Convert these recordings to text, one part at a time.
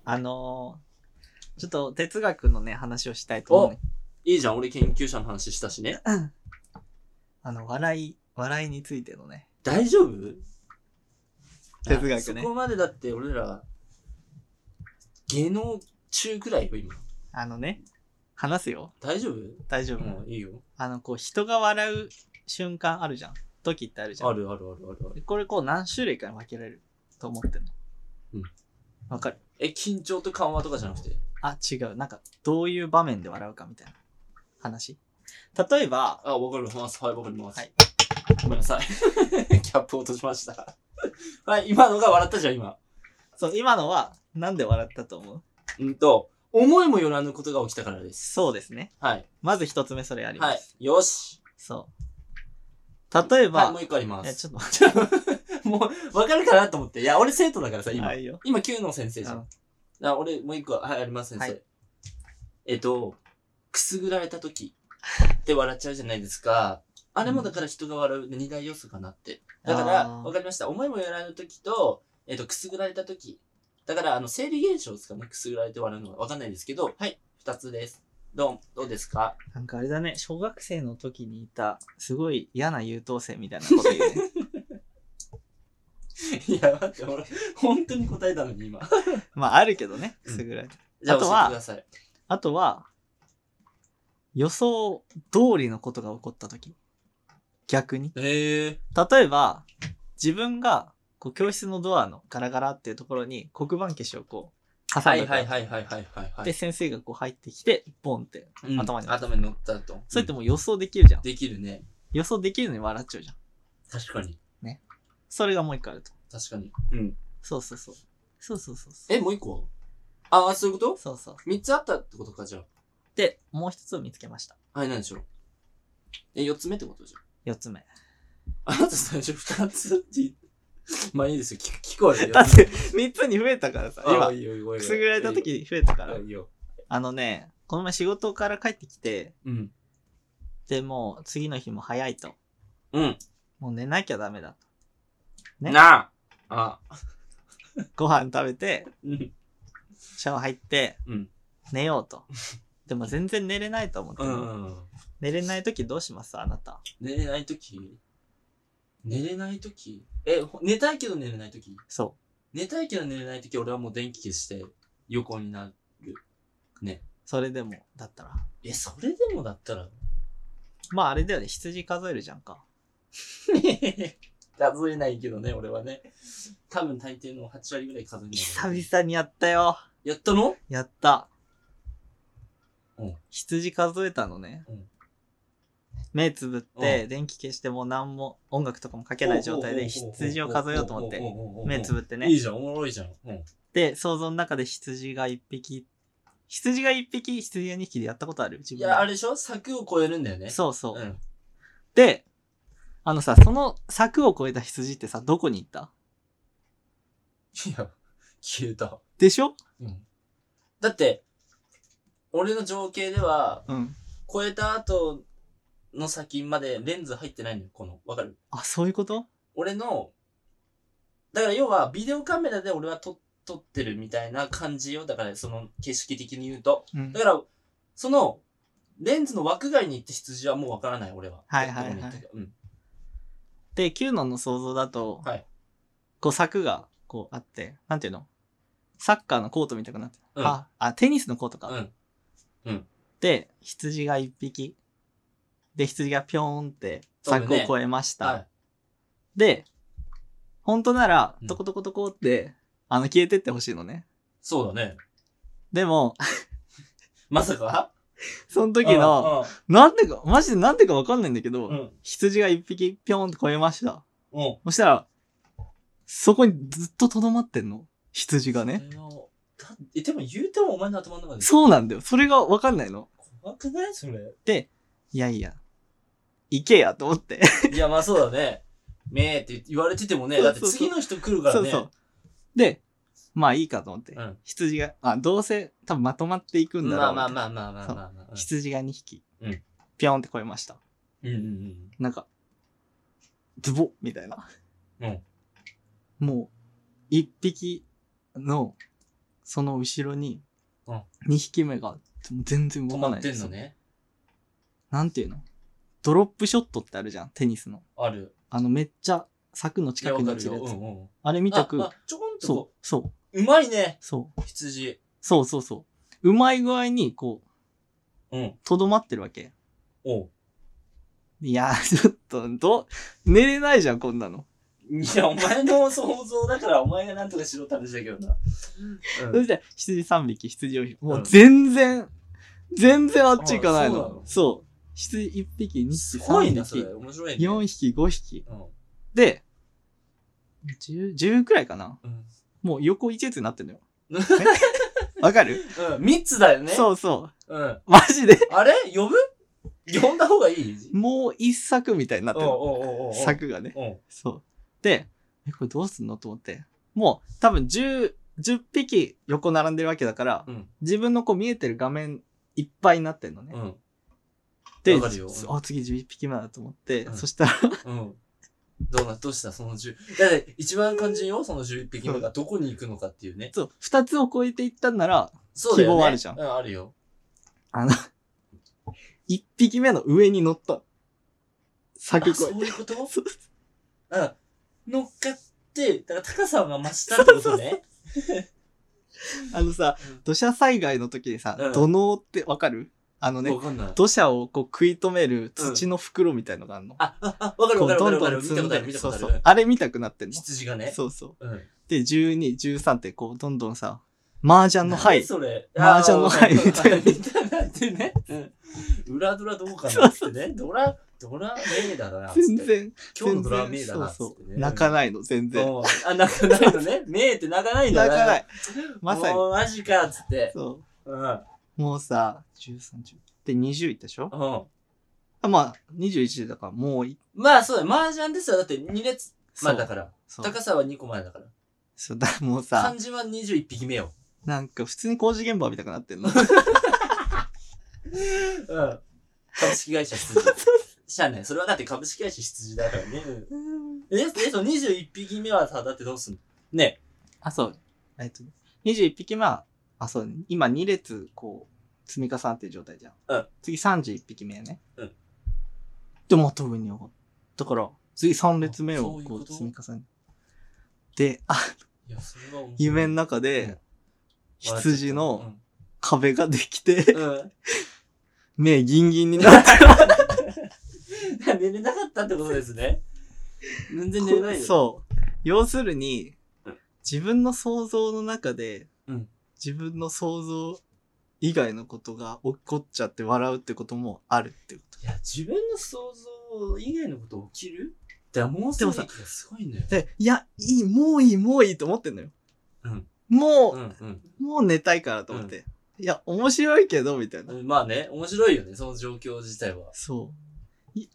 ちょっと哲学のね、話をしたいと思うね。 いいじゃん、俺研究者の話したしね。 笑いについてのね。 大丈夫？ 哲学ね。 そこまでだって俺ら、芸能中くらいよ、今。 話すよ。 大丈夫？ 大丈夫。 いいよ。 人が笑う瞬間あるじゃん。時ってあるじゃん。 ある。 これ何種類かに分けられると思ってんの。 うん。 わかる？ 緊張と緩和とかじゃなくて。 違う。どういう場面で笑うかみたいな話。例えば。 わかります。はい、わかります。 はい。 ごめんなさい。キャップ落としました。はい、今のが笑ったじゃん、今。 そう、今のは、なんで笑ったと思う？ 思いもよらぬことが起きたからです。 そうですね。 はい。 まず一つ目それあります。 はい。よし。 そう。例えば。 はい、もう一個あります。 ちょっと待って。 もう、わかるかなと思って。いや、俺生徒だからさ、今。 いいよ。 今、9の先生じゃん。俺、もう一個、はい、あります、先生。はい、くすぐられた時って笑っちゃうじゃないですか。あれもだから人が笑う二大要素かなって。だから、わかりました。思いもよらぬ時と、くすぐられた時。だから、生理現象ですかね。くすぐられて笑うのはわかんないですけど、はい、二つです。どうですか？ なんかあれだね、小学生の時にいた、すごい嫌な優等生みたいなこと言うね。 いや、待って、俺、本当に答えたのに、今。 まあ、あるけどね、くすぐられて。 じゃあ、教えてください。 あとは、予想通りのことが起こった時。逆に。例えば、自分が、教室のドアのガラガラっていうところに黒板消しを挟んで。で、先生が入ってきて、ボンって、頭に乗ったと。 それってもう予想できるじゃん。 できるね。 予想できるのに笑っちゃうじゃん。 確かに。 ね。それがもう一個あると。 確かに。 そう。 もう一個？そういうこと？ そう。 三つあったってことか、じゃあ。 で、もう一つを見つけました。 はい、何でしょう？四つ目ってことじゃん。 四つ目。 あなた最初二つってまあいいですよ。聞こうよ。 だって、三つに増えたからさ。今、くすぐられた時に増えたから。この前仕事から帰ってきて、で、もう次の日も早いと。もう寝なきゃダメだと。 ね。 ご飯食べて、シャワー入って、寝ようと。でも全然寝れないと思って。寝れない時どうしますあなた？ 寝れない時寝たいけど寝れない時？ そう。 寝たいけど寝れない時俺はもう電気消して横になる。ね。 それでもだったら？ それでもだったらまああれだよね、羊数えるじゃんか。 数えないけどね、俺はね。多分大抵の8割ぐらい数えない。 久々にやったよ。 やったの？ やった。羊数えたのね。目つぶって電気消しても何も音楽とかもかけない状態で羊を数えようと思って目つぶってね。 いいじゃん、おもろいじゃん。 で、想像の中で羊が1匹、羊が2匹でやったことある？自分で。 いや、あれでしょ？柵を越えるんだよね。 そう。で、その柵を越えた羊ってさ、どこに行った？ いや、消えた。 でしょ？ だって、俺の情景では、越えた後の先までレンズ入ってないのよ、わかる？ そういうこと？ 俺の、だから要はビデオカメラで俺は撮ってるみたいな感じよ。だからその景色的に言うと。だから、その、レンズの枠外に行って羊はもうわからない、俺は。 で、キューノンの想像だと、柵があって、なんていうの？サッカーのコートみたいになってる。テニスのコートか。で、羊が1匹。で、羊がぴょーんって柵を越えました。で、本当なら、トコトコトコって、消えてってほしいのね。 そうだね。 でも、 まさかその時の、マジでなんでかわかんないんだけど、羊が1匹ぴょーんって越えました。そしたら、そこにずっと留まってんの。羊がね。 でも言うてもお前の頭の中で。 そうなんだよ。それがわかんないの。 怖くないそれ。 で、いや、行けやと思って。 いや、まあそうだね。めーって言われててもね、だって次の人来るからね。 で、まあいいかと思って。羊が、どうせ多分まとまっていくんだろう。 まあ。 羊が2匹。ぴょんって越えました。なんか、ズボッみたいな。もう、1匹の、 その後ろに、 うん 2匹目が全然動かない止まってんのね。 なんていうのドロップショットってあるじゃん、テニスの。 ある。 めっちゃ柵の近くに落ちるやつ。あれ見たく、 ちょこんとそう、そう。 うまいね。 そう。 羊。 そうそうそう。うまい具合に、こう、とどまってるわけ。いや、ちょっと、寝れないじゃん、こんなの。 いや、お前の想像だからお前がなんとかしろって話だけどな。 そして、羊3匹、羊4匹。もう全然あっち行かないの。そう。羊1匹、2匹、3匹、 面白いね。 4匹、5匹。で、10くらいかな。もう横一列になってんのよ。わかる ?3 つだよね。 そうそう。マジで。 あれ呼んだ方がいいもう一作みたいになってる。作がね。そう。で、これどうすんのと思って。もう多分10匹横並んでるわけだから、自分のこう見えてる画面いっぱいになってんのね。で、次11匹目だと思って、そしたらどうしたその10。だって一番肝心よ、その11匹目がどこに行くのかっていうね。 そう、2つを超えていったんなら、希望あるじゃん。 あるよ。 1匹目の上に乗った。柵越えて。 そういうこと乗っかって、だから高さが増したってことね。 土砂災害の時にさ、土のうってわかる土砂をこう食い止める土の袋みたいのがあるの。 わかる。見たことある。 そうそう。あれ見たくなってんの。 羊がね。 そうそう。で、12、13ってこう、どんどんさ、麻雀の牌。麻雀の牌みたいなってね。 裏ドラどうかなってね。ドラメーダーだな。 全然。 今日のドラメーダーだな。 そう。泣かないの、全然。 泣かないのね。メーって泣かないんだね。 泣かない。まさに。 もうマジか、つって。 そう。もうさ、13、10。で、20いったでしょまあ、21だからもうまあ、そうだ、麻雀ですよ。だって2列前だから。高さは2個前だから。 そうだ、もうさ。 漢字は21匹目よ。 なんか、普通に工事現場みたくなってんの。 株式会社羊。しゃあね、それはだって株式会社羊だからね。そう、21匹目はさ、だってどうすんのね。 そう。21匹目は、そう、今2列、こう、積み重なってる状態じゃん。次31匹目ね。で、また上に上がった。だから、次3列目をこう積み重ねて。で、夢の中で、羊の壁ができて、目ギンギンになって。 寝れなかったってことですね。全然寝れないよ。 そう。要するに、自分の想像の中で、自分の想像以外のことが起こっちゃって笑うってこともあるってこと。 いや、自分の想像以外のこと起きるって妄想力がすごいんだよ。 いや、もういいと思ってんのよ。もう寝たいからと思って。いや、面白いけど、みたいな。 まあね、面白いよね、その状況自体は。 そう。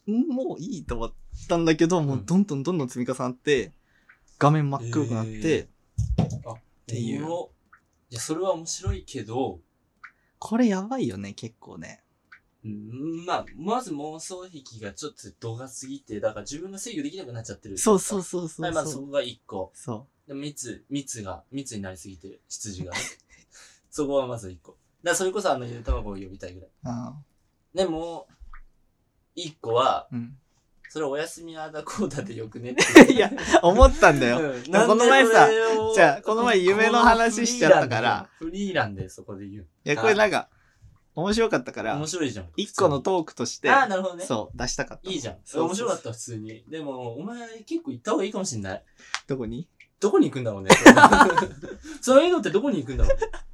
もういいと思ったんだけど、もうどんどん積み重なって、画面真っ黒くなって、っていう。 いや、それは面白いけど、 これやばいよね、結構ね。 まあ、まず妄想癖がちょっと度が過ぎて、だから自分が制御できなくなっちゃってる。 そう。 はい、まずそこが1個。 そう。 で、密になりすぎて、羊がね。そこはまず1個。だからそれこそゆで卵を呼びたいぐらい。でも、1個は、それお休みあだこうだでよくねって。 いや、思ったんだよ。この前さ、じゃあ、この前夢の話しちゃったから。 フリーランでそこで言う。 いや、これなんか、面白かったから。 面白いじゃん。 一個のトークとして。 なるほどね。 そう、出したかった。 いいじゃん。面白かった、普通に。でも、お前結構行った方がいいかもしんない。 どこに行くんだろうね。そういうのってどこに行くんだろう。